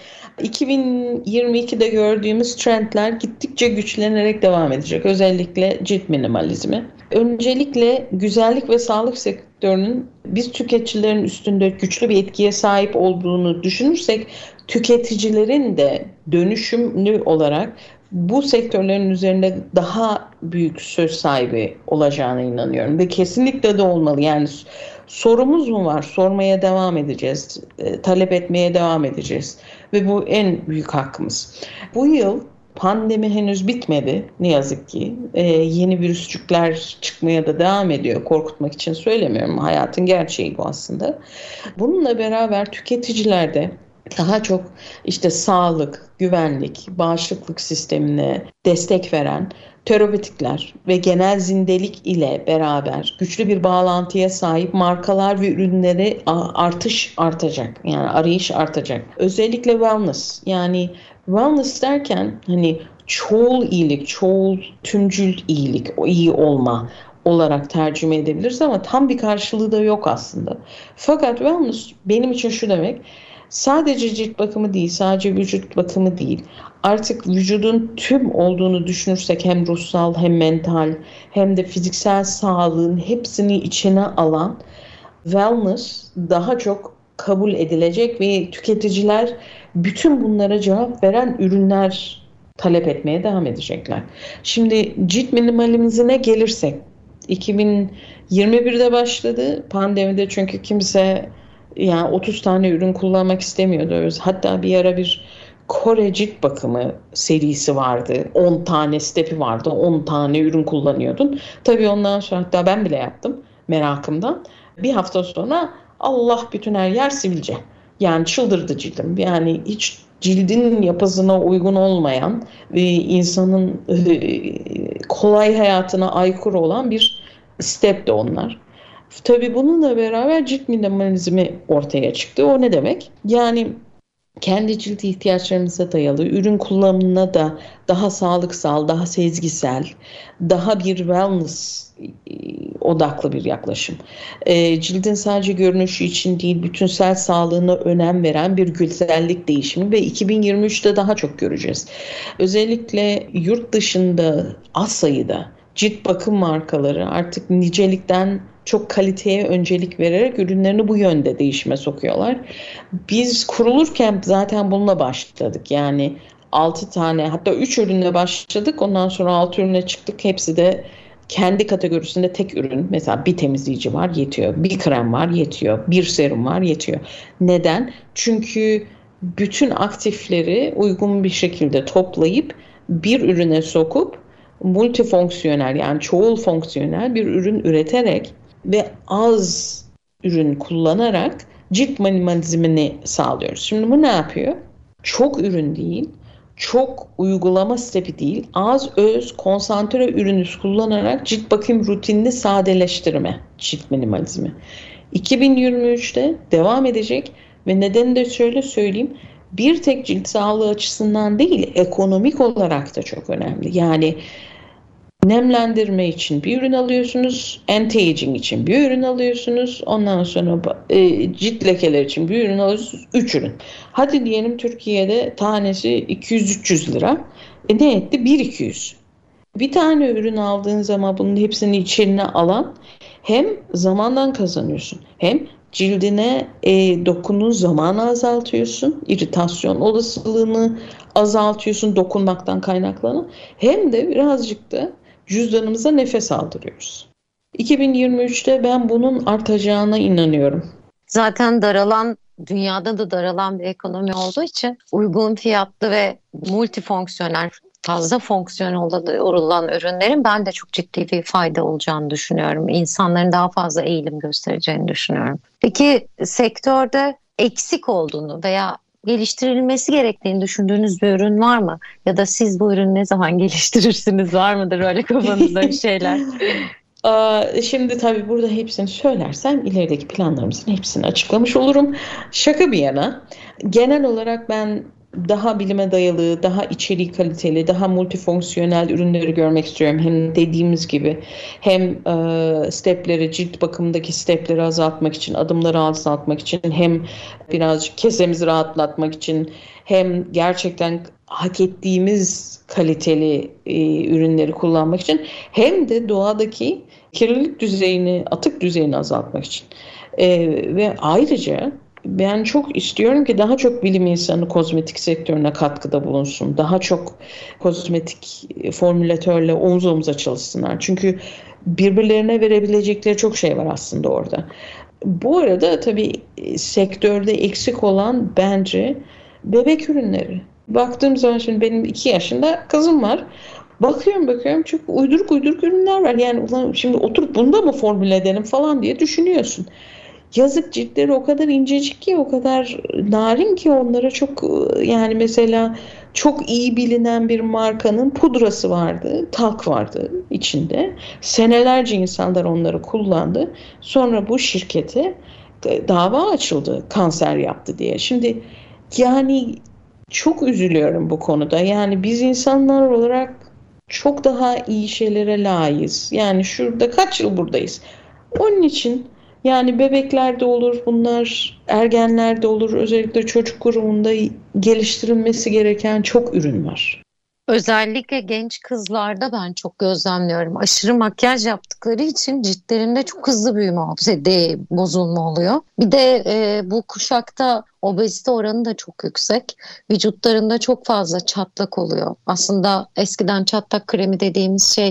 2022'de gördüğümüz trendler gittikçe güçlenerek devam edecek. Özellikle cilt minimalizmi. Öncelikle güzellik ve sağlık sektörünün biz tüketicilerin üstünde güçlü bir etkiye sahip olduğunu düşünürsek, tüketicilerin de dönüşümlü olarak bu sektörlerin üzerinde daha büyük söz sahibi olacağına inanıyorum. Ve kesinlikle de olmalı. Yani sorumuz mu var? Sormaya devam edeceğiz. Talep etmeye devam edeceğiz. Ve bu en büyük hakkımız. Bu yıl pandemi henüz bitmedi ne yazık ki. Yeni virüsçükler çıkmaya da devam ediyor. Korkutmak için söylemiyorum. Hayatın gerçeği bu aslında. Bununla beraber tüketicilerde daha çok işte sağlık, güvenlik, bağışıklık sistemine destek veren terapetikler ve genel zindelik ile beraber güçlü bir bağlantıya sahip markalar ve ürünleri artacak. Yani arayış artacak. Özellikle wellness, yani wellness derken hani çoğul iyilik, çoğul tümcül iyilik, o iyi olma olarak tercüme edebiliriz ama tam bir karşılığı da yok aslında. Fakat wellness benim için şu demek: sadece cilt bakımı değil, sadece vücut bakımı değil. Artık vücudun tüm olduğunu düşünürsek hem ruhsal hem mental hem de fiziksel sağlığın hepsini içine alan wellness daha çok kabul edilecek ve tüketiciler bütün bunlara cevap veren ürünler talep etmeye devam edecekler. Şimdi cilt minimalizmine gelirsek, 2021'de başladı. Pandemide çünkü kimse yani 30 tane ürün kullanmak istemiyordu. Hatta bir ara bir Kore cilt bakımı serisi vardı. 10 tane stepi vardı. 10 tane ürün kullanıyordun. Tabii ondan sonra hatta ben bile yaptım merakımdan. Bir hafta sonra Allah bütün her yer sivilce. Yani çıldırdı cildim. Yani hiç cildin yapısına uygun olmayan ve insanın kolay hayatına aykırı olan bir step de onlar. Tabii bununla beraber cilt minimalizmi ortaya çıktı. O ne demek? Yani kendi cilt ihtiyaçlarımıza dayalı, ürün kullanımına da daha sağlıksal, daha sezgisel, daha bir wellness odaklı bir yaklaşım. Cildin sadece görünüşü için değil, bütünsel sağlığına önem veren bir güzellik değişimi ve 2023'te daha çok göreceğiz. Özellikle yurt dışında az sayıda cilt bakım markaları artık nicelikten çok kaliteye öncelik vererek ürünlerini bu yönde değişime sokuyorlar. Biz kurulurken zaten bununla başladık. Yani 6 tane hatta 3 ürünle başladık. Ondan sonra 6 ürüne çıktık. Hepsi de kendi kategorisinde tek ürün. Mesela bir temizleyici var, yetiyor. Bir krem var, yetiyor. Bir serum var, yetiyor. Neden? Çünkü bütün aktifleri uygun bir şekilde toplayıp bir ürüne sokup multifonksiyonel yani çoğul fonksiyonel bir ürün üreterek ve az ürün kullanarak cilt minimalizmini sağlıyoruz. Şimdi bu ne yapıyor? Çok ürün değil, çok uygulama stepi değil, az öz konsantre ürünü kullanarak cilt bakım rutinini sadeleştirme, cilt minimalizmi. 2023'te devam edecek ve nedeni de şöyle söyleyeyim. Bir tek cilt sağlığı açısından değil, ekonomik olarak da çok önemli. Yani nemlendirme için bir ürün alıyorsunuz, anti-aging için bir ürün alıyorsunuz, ondan sonra cilt lekeler için bir ürün alıyorsunuz, 3 ürün. Hadi diyelim Türkiye'de tanesi 200-300 lira. Ne etti? 1-200. Bir tane ürün aldığın zaman bunun hepsini içine alan hem zamandan kazanıyorsun, hem cildine dokunun zamanı azaltıyorsun, iritasyon olasılığını azaltıyorsun dokunmaktan kaynaklanan, hem de birazcık da cüzdanımıza nefes aldırıyoruz. 2023'te ben bunun artacağına inanıyorum. Zaten dünyada da daralan bir ekonomi olduğu için uygun fiyatlı ve multifonksiyonel, fazla fonksiyonel olan ürünlerin ben de çok ciddi bir fayda olacağını düşünüyorum. İnsanların daha fazla eğilim göstereceğini düşünüyorum. Peki sektörde eksik olduğunu veya geliştirilmesi gerektiğini düşündüğünüz bir ürün var mı? Ya da siz bu ürünü ne zaman geliştirirsiniz? Var mıdır öyle kafanızda bir şeyler? Şimdi tabii burada hepsini söylersem ilerideki planlarımızın hepsini açıklamış olurum. Şaka bir yana, genel olarak ben daha bilime dayalı, daha içeriği kaliteli, daha multifonksiyonel ürünleri görmek istiyorum. Hem dediğimiz gibi hem stepleri, cilt bakımındaki stepleri azaltmak için, adımları azaltmak için, hem birazcık kesemizi rahatlatmak için, hem gerçekten hak ettiğimiz kaliteli ürünleri kullanmak için, hem de doğadaki kirlilik düzeyini, atık düzeyini azaltmak için. Ve ayrıca ben çok istiyorum ki daha çok bilim insanı kozmetik sektörüne katkıda bulunsun. Daha çok kozmetik formülatörle omuz omuza çalışsınlar. Çünkü birbirlerine verebilecekleri çok şey var aslında orada. Bu arada tabii sektörde eksik olan bence bebek ürünleri. Baktığım zaman şimdi benim 2 yaşında kızım var. Bakıyorum çok uyduruk ürünler var. Yani ulan şimdi oturup bunda mı formüle edelim falan diye düşünüyorsun. Yazık, ciltleri o kadar incecik ki, o kadar narin ki, onlara çok, yani mesela çok iyi bilinen bir markanın pudrası vardı, talk vardı içinde. Senelerce insanlar onları kullandı. Sonra bu şirkete dava açıldı, kanser yaptı diye. Şimdi yani çok üzülüyorum bu konuda. Yani biz insanlar olarak çok daha iyi şeylere layığız. Yani şurada kaç yıl buradayız. Onun için yani bebeklerde olur bunlar, ergenlerde olur. Özellikle çocuk grubunda geliştirilmesi gereken çok ürün var. Özellikle genç kızlarda ben çok gözlemliyorum. Aşırı makyaj yaptıkları için ciltlerinde çok hızlı büyüme, bozulma oluyor. Bir de bu kuşakta obezite oranı da çok yüksek. Vücutlarında çok fazla çatlak oluyor. Aslında eskiden çatlak kremi dediğimiz şey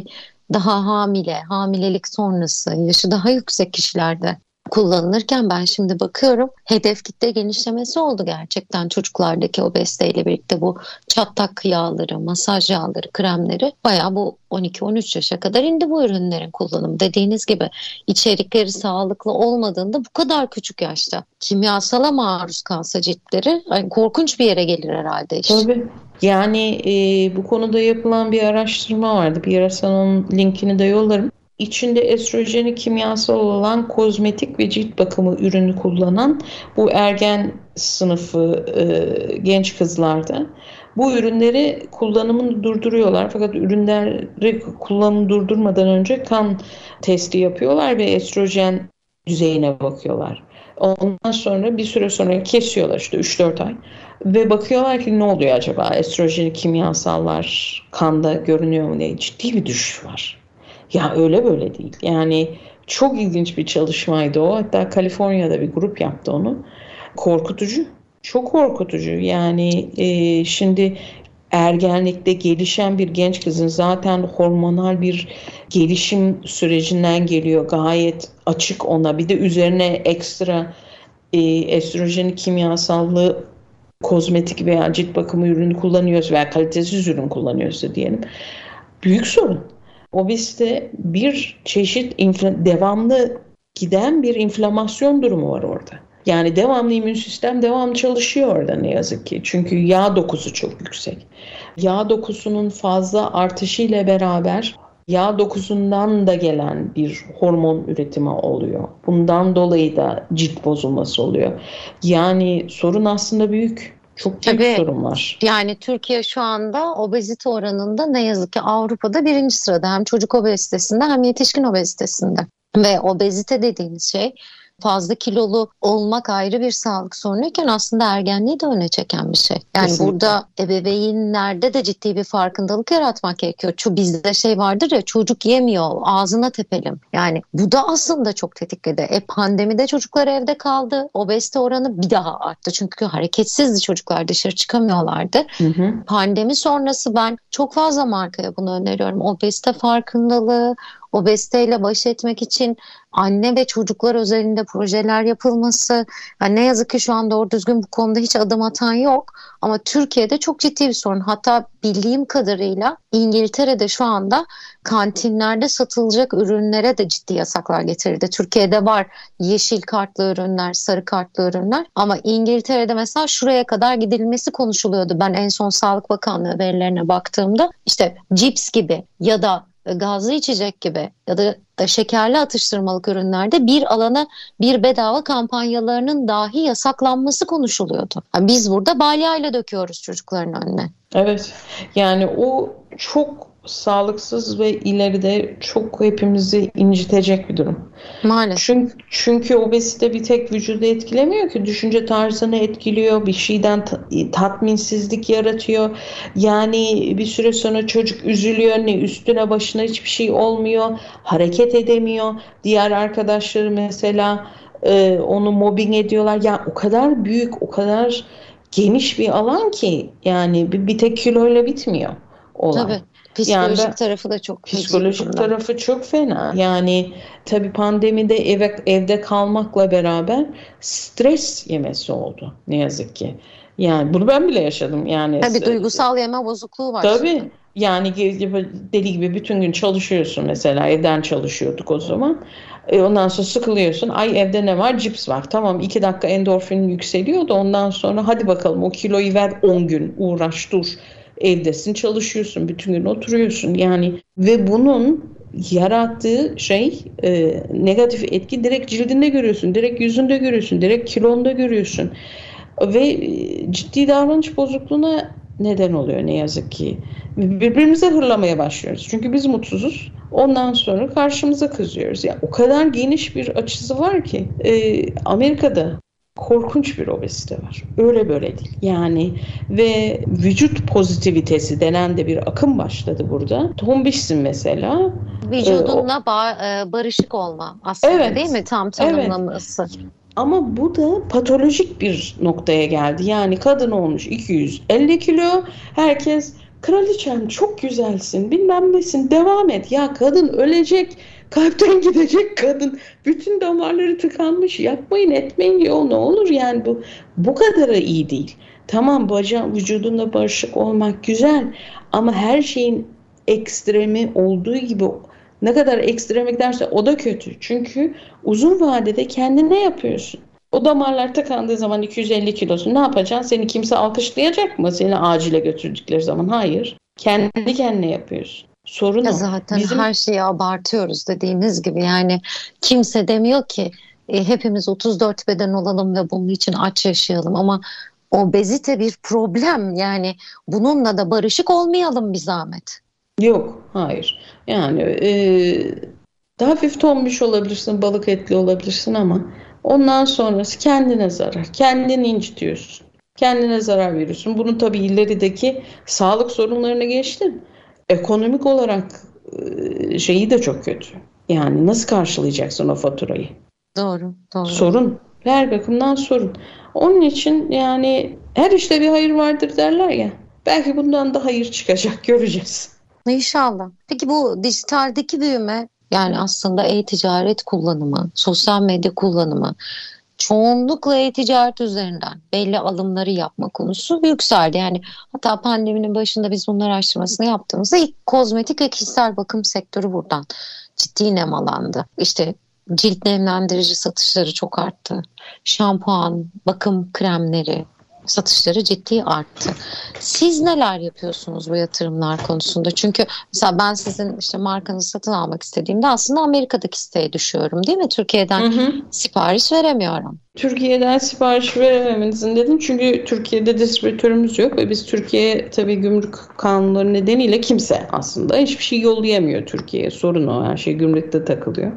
daha hamile, hamilelik sonrası, yaşı daha yüksek kişilerde kullanılırken ben şimdi bakıyorum hedef kitle genişlemesi oldu gerçekten çocuklardaki obeziteyle birlikte bu çatlak yağları, masaj yağları, kremleri bayağı bu 12-13 yaşa kadar indi bu ürünlerin kullanımı. Dediğiniz gibi içerikleri sağlıklı olmadığında bu kadar küçük yaşta kimyasala maruz kalsa ciltleri yani korkunç bir yere gelir herhalde işte. Tabii. Yani bu konuda yapılan bir araştırma vardı. Bir ara sana onun linkini de yollarım. İçinde estrojeni kimyasal olan kozmetik ve cilt bakımı ürünü kullanan bu ergen sınıfı genç kızlarda bu ürünleri kullanımını durduruyorlar. Fakat ürünleri kullanımını durdurmadan önce kan testi yapıyorlar ve estrojen düzeyine bakıyorlar. Ondan sonra bir süre sonra kesiyorlar işte 3-4 ay. Ve bakıyorlar ki ne oluyor acaba? Estrojeni kimyasallar kanda görünüyor mu diye ciddi bir düşüş var. Ya öyle böyle değil. Yani çok ilginç bir çalışmaydı o. Hatta Kaliforniya'da bir grup yaptı onu. Korkutucu. Çok korkutucu. Yani şimdi ergenlikte gelişen bir genç kızın zaten hormonal bir gelişim sürecinden geliyor. Gayet açık ona. Bir de üzerine ekstra estrojeni kimyasallı kozmetik veya cilt bakımı ürünü kullanıyorsa veya kalitesiz ürün kullanıyorsa diyelim. Büyük sorun. Obezite bir çeşit devamlı giden bir inflamasyon durumu var orada. Yani devamlı immün sistem devamlı çalışıyor orada ne yazık ki. Çünkü yağ dokusu çok yüksek. Yağ dokusunun fazla artışıyla beraber yağ dokusundan da gelen bir hormon üretimi oluyor. Bundan dolayı da cilt bozulması oluyor. Yani sorun aslında büyük. Çok büyük Tabii, sorun var. yani Türkiye şu anda obezite oranında ne yazık ki Avrupa'da 1. sırada hem çocuk obezitesinde hem yetişkin obezitesinde. Ve obezite dediğimiz şey fazla kilolu olmak ayrı bir sağlık sorunuyken aslında ergenliği de öne çeken bir şey. Yani Kesinlikle. Burada ebeveynlerde de ciddi bir farkındalık yaratmak gerekiyor. Bizde şey vardır ya çocuk yemiyor ağzına tepelim. Yani bu da aslında çok tetikledi. Pandemide çocuklar evde kaldı. Obezite oranı bir daha arttı. Çünkü hareketsizdi çocuklar dışarı çıkamıyorlardı. Hı. Pandemi sonrası ben çok fazla markaya bunu öneriyorum. Obezite farkındalığı, obeziteyle baş etmek için anne ve çocuklar özelinde projeler yapılması. Yani ne yazık ki şu an doğru düzgün bu konuda hiç adım atan yok. Ama Türkiye'de çok ciddi bir sorun. Hatta bildiğim kadarıyla İngiltere'de şu anda kantinlerde satılacak ürünlere de ciddi yasaklar getirildi. Türkiye'de var yeşil kartlı ürünler, sarı kartlı ürünler. Ama İngiltere'de mesela şuraya kadar gidilmesi konuşuluyordu. Ben en son Sağlık Bakanlığı verilerine baktığımda işte cips gibi ya da gazlı içecek gibi ya da şekerli atıştırmalık ürünlerde bir alana bir bedava kampanyalarının dahi yasaklanması konuşuluyordu. Yani biz burada balyayla döküyoruz çocukların önüne. Evet. Yani o çok sağlıksız ve ileride çok hepimizi incitecek bir durum. Maalesef. Çünkü obezite bir tek vücudu etkilemiyor ki. Düşünce tarzını etkiliyor. Bir şeyden tatminsizlik yaratıyor. Yani bir süre sonra çocuk üzülüyor. Ne üstüne başına hiçbir şey olmuyor. Hareket edemiyor. Diğer arkadaşları mesela onu mobbing ediyorlar. Yani o kadar büyük, o kadar geniş bir alan ki yani bir tek kiloyla bitmiyor olay. Tabii. Psikolojik tarafı da çok psikolojik tarafı çok fena. Yani tabii pandemide evde kalmakla beraber stres yemesi oldu ne yazık ki. Yani bunu ben bile yaşadım. Yani tabii duygusal yeme bozukluğu var. Tabii. Yani deli gibi bütün gün çalışıyorsun mesela. Evden çalışıyorduk o zaman. Ondan sonra sıkılıyorsun. Ay evde ne var? Cips var. Tamam 2 dakika endorfin yükseliyor da ondan sonra hadi bakalım o kiloyu ver 10 gün uğraş dur. Evdesin çalışıyorsun. Bütün gün oturuyorsun. Yani ve bunun yarattığı negatif etki direkt cildinde görüyorsun. Direkt yüzünde görüyorsun. Direkt kilonda görüyorsun. Ve ciddi davranış bozukluğuna neden oluyor ne yazık ki. Birbirimize hırlamaya başlıyoruz. Çünkü biz mutsuzuz. Ondan sonra karşımıza kızıyoruz. Yani o kadar geniş bir açısı var ki Amerika'da korkunç bir obezite var. Öyle böyle değil. Yani ve vücut pozitivitesi denen de bir akım başladı burada. Tombişsin mesela. Vücudunla barışık olma aslında Evet, değil mi? Tam tanımlaması. Evet. Ama bu da patolojik bir noktaya geldi. Yani kadın olmuş 250 kilo. Herkes kraliçem çok güzelsin, bilmem nesin, devam et. Ya kadın ölecek, kalpten gidecek kadın. Bütün damarları tıkanmış. Yapmayın, etmeyin ya, ne olur yani, bu kadar iyi değil. Tamam, vücudunda bağışıklık olmak güzel ama her şeyin ekstremi olduğu gibi, ne kadar ekstreme giderse o da kötü. Çünkü uzun vadede kendine yapıyorsun. O damarlar tıkandığı zaman 250 kilosun, ne yapacaksın? Seni kimse alkışlayacak mı? Seni acile götürdükleri zaman. Hayır. Kendi kendine yapıyorsun. Sorun o. Zaten her şeyi abartıyoruz dediğiniz gibi. Yani kimse demiyor ki hepimiz 34 beden olalım ve bunun için aç yaşayalım, ama obezite bir problem. Yani bununla da barışık olmayalım bir zahmet. Yok, hayır. Yani daha hafif tombiş olabilirsin, balık etli olabilirsin ama ondan sonrası kendine zarar. Kendini incitiyorsun. Kendine zarar veriyorsun. Bunun tabii ilerideki sağlık sorunlarına geçtim. Ekonomik olarak şeyi de çok kötü. Yani nasıl karşılayacaksın o faturayı? Doğru. Sorun. Her bakımdan sorun. Onun için yani her işte bir hayır vardır derler ya. Belki bundan da hayır çıkacak, göreceğiz. İnşallah. Peki bu dijitaldeki büyüme, yani aslında e-ticaret kullanımı, sosyal medya kullanımı, çoğunlukla e-ticaret üzerinden belli alımları yapma konusu yükseldi. Yani hatta pandeminin başında biz bunun araştırmasını yaptığımızda ilk kozmetik ve kişisel bakım sektörü buradan ciddi nemalandı. İşte cilt nemlendirici satışları çok arttı. Şampuan, bakım kremleri satışları ciddi arttı. Siz neler yapıyorsunuz bu yatırımlar konusunda? Çünkü mesela ben sizin işte markanızı satın almak istediğimde aslında Amerika'daki siteye düşüyorum, değil mi? Türkiye'den sipariş veremiyorum. Türkiye'den sipariş verememenizin dedim çünkü Türkiye'de distribütörümüz yok ve biz Türkiye tabii gümrük kanunları nedeniyle kimse aslında hiçbir şey yollayamıyor Türkiye'ye. Sorun o, her şey gümrükte takılıyor.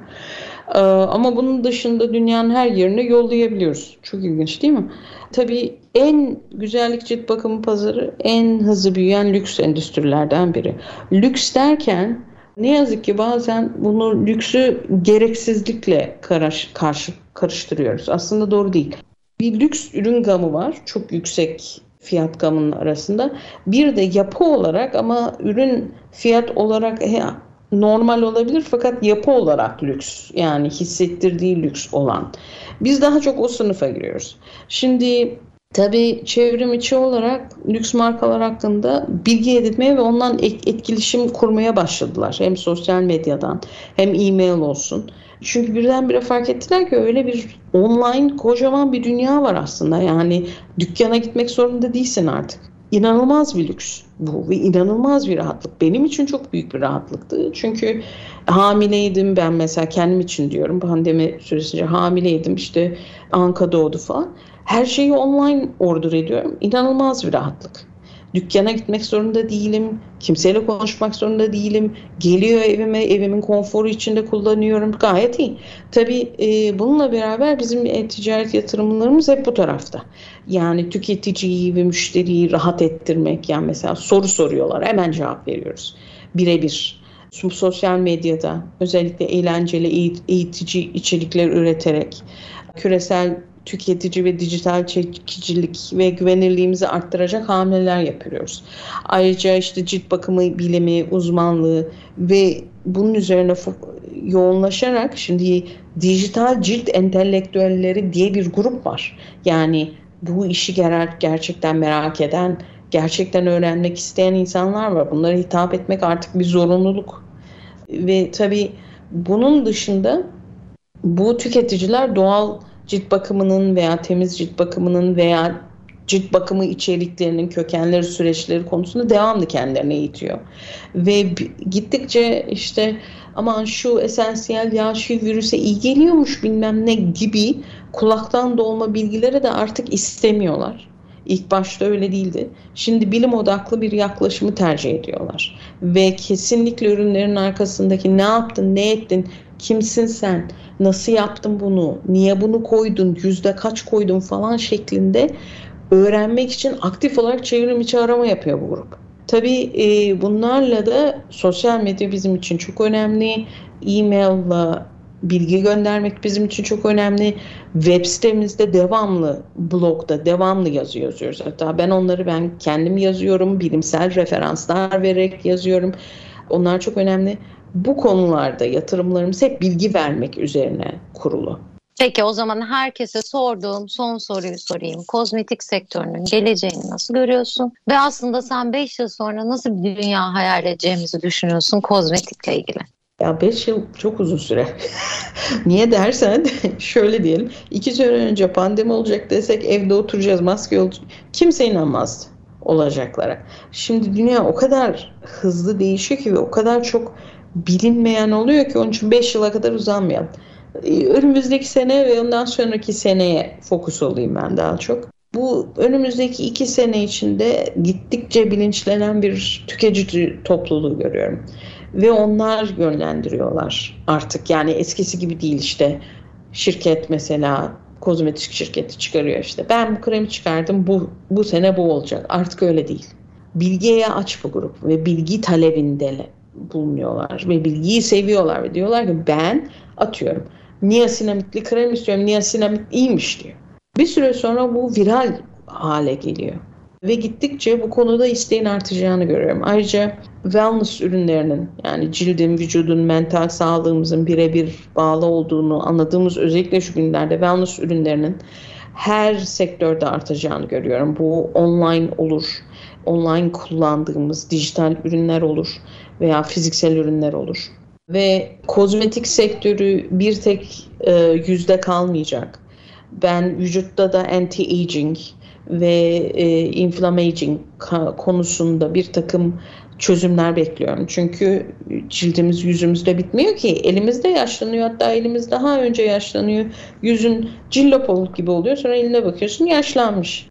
Ama bunun dışında dünyanın her yerine yollayabiliyoruz. Çok ilginç değil mi? Tabii en güzellik cilt bakımı pazarı en hızlı büyüyen lüks endüstrilerden biri. Lüks derken ne yazık ki bazen bunu lüksü gereksizlikle karıştırıyoruz. Aslında doğru değil. Bir lüks ürün gamı var. Çok yüksek fiyat gamının arasında. Bir de yapı olarak, ama ürün fiyat olarak normal olabilir fakat yapı olarak lüks, yani hissettirdiği lüks olan. Biz daha çok o sınıfa giriyoruz. Şimdi tabii çevrim içi olarak lüks markalar hakkında bilgi edinmeye ve ondan etkileşim kurmaya başladılar. Hem sosyal medyadan hem e-mail olsun. Çünkü birdenbire fark ettiler ki öyle bir online kocaman bir dünya var aslında. Yani dükkana gitmek zorunda değilsin artık. İnanılmaz bir lüks bu ve inanılmaz bir rahatlık. Benim için çok büyük bir rahatlıktı. Çünkü hamileydim, ben mesela kendim için diyorum. Pandemi süresince hamileydim, işte Anka doğdu falan. Her şeyi online order ediyorum. İnanılmaz bir rahatlık. Dükkana gitmek zorunda değilim. Kimseyle konuşmak zorunda değilim. Geliyor evime, evimin konforu içinde kullanıyorum. Gayet iyi. Tabii bununla beraber bizim ticaret yatırımlarımız hep bu tarafta. Yani tüketiciyi ve müşteriyi rahat ettirmek. Yani mesela soru soruyorlar, hemen cevap veriyoruz. Birebir. Sosyal medyada özellikle eğlenceli, eğitici içerikler üreterek küresel tüketici ve dijital çekicilik ve güvenilirliğimizi arttıracak hamleler yapıyoruz. Ayrıca işte cilt bakımı bilimi, uzmanlığı ve bunun üzerine yoğunlaşarak şimdi dijital cilt entelektüelleri diye bir grup var. Yani bu işi gerçekten merak eden, gerçekten öğrenmek isteyen insanlar var. Bunlara hitap etmek artık bir zorunluluk. Ve tabii bunun dışında bu tüketiciler doğal cilt bakımının veya temiz cilt bakımının veya cilt bakımı içeriklerinin kökenleri, süreçleri konusunda devamlı kendilerine eğitiyor. Ve gittikçe işte aman şu esansiyel yağ şu virüse iyi geliyormuş bilmem ne gibi kulaktan dolma bilgilere de artık istemiyorlar. İlk başta öyle değildi. Şimdi bilim odaklı bir yaklaşımı tercih ediyorlar. Ve kesinlikle ürünlerin arkasındaki ne yaptın, ne ettin, kimsin sen, nasıl yaptın bunu, niye bunu koydun, yüzde kaç koydun falan şeklinde öğrenmek için aktif olarak çevrim içi arama yapıyor bu grup. Tabii bunlarla da sosyal medya bizim için çok önemli. E-mail'la bilgi göndermek bizim için çok önemli. Web sitemizde devamlı, blogda devamlı yazı yazıyoruz. Hatta ben kendim yazıyorum, bilimsel referanslar vererek yazıyorum. Onlar çok önemli. Bu konularda yatırımlarımız hep bilgi vermek üzerine kurulu. Peki o zaman herkese sorduğum son soruyu sorayım. Kozmetik sektörünün geleceğini nasıl görüyorsun? Ve aslında sen 5 yıl sonra nasıl bir dünya hayal edeceğimizi düşünüyorsun kozmetikle ilgili? Ya 5 yıl çok uzun süre. Niye dersen şöyle diyelim. 2 sene önce pandemi olacak desek evde oturacağız, maske olacak. Kimse inanmazdı olacaklara. Şimdi dünya o kadar hızlı değişiyor ki ve o kadar çok bilinmeyen oluyor ki onun için 5 yıla kadar uzanmayalım. Önümüzdeki sene ve ondan sonraki seneye fokus olayım ben daha çok. Bu önümüzdeki 2 sene içinde gittikçe bilinçlenen bir tüketici topluluğu görüyorum. Ve onlar yönlendiriyorlar artık. Yani eskisi gibi değil işte. Şirket mesela kozmetik şirketi çıkarıyor işte. Ben bu kremi çıkardım, bu sene bu olacak. Artık öyle değil. Bilgiye aç bu grup ve bilgi talebinde bulunuyorlar ve bilgiyi seviyorlar ve diyorlar ki ben atıyorum niasinamitli krem istiyorum. Niasinamid iyiymiş diyor. Bir süre sonra bu viral hale geliyor. Ve gittikçe bu konuda isteğin artacağını görüyorum. Ayrıca wellness ürünlerinin yani cildin, vücudun, mental sağlığımızın birebir bağlı olduğunu anladığımız özellikle şu günlerde wellness ürünlerinin her sektörde artacağını görüyorum. Bu online olur, online kullandığımız dijital ürünler olur veya fiziksel ürünler olur. Ve kozmetik sektörü bir tek yüzde kalmayacak. Ben vücutta da anti-aging ve inflammaging konusunda bir takım çözümler bekliyorum. Çünkü cildimiz yüzümüzde bitmiyor ki. Elimizde yaşlanıyor. Hatta elimiz daha önce yaşlanıyor. Yüzün cillop olup gibi oluyor. Sonra eline bakıyorsun yaşlanmış.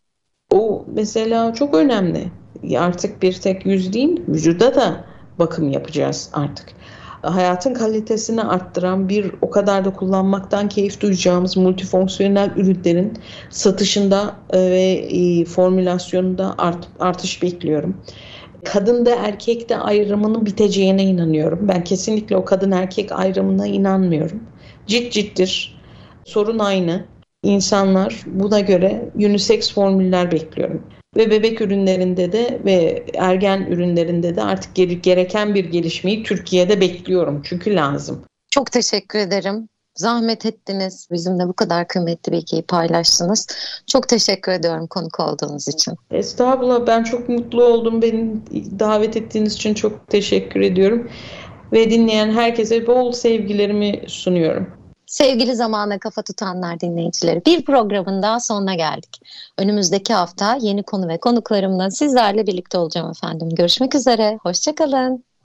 O mesela çok önemli. Artık bir tek yüz değil, vücuda da bakım yapacağız artık. Hayatın kalitesini arttıran o kadar da kullanmaktan keyif duyacağımız multifonksiyonel ürünlerin satışında ve formülasyonunda artış bekliyorum. Kadında erkekte ayrımının biteceğine inanıyorum. Ben kesinlikle o kadın erkek ayrımına inanmıyorum. Ciddir. Sorun aynı. İnsanlar buna göre unisex formüller bekliyorum. Ve bebek ürünlerinde de ve ergen ürünlerinde de artık gereken bir gelişmeyi Türkiye'de bekliyorum. Çünkü lazım. Çok teşekkür ederim. Zahmet ettiniz. Bizimle bu kadar kıymetli bilgiyi paylaştınız. Çok teşekkür ediyorum konuk olduğunuz için. Estağfurullah, ben çok mutlu oldum. Beni davet ettiğiniz için çok teşekkür ediyorum. Ve dinleyen herkese bol sevgilerimi sunuyorum. Sevgili Zamana Kafa Tutanlar dinleyicileri, bir programın daha sonuna geldik. Önümüzdeki hafta yeni konu ve konuklarımla sizlerle birlikte olacağım efendim. Görüşmek üzere, hoşça kalın.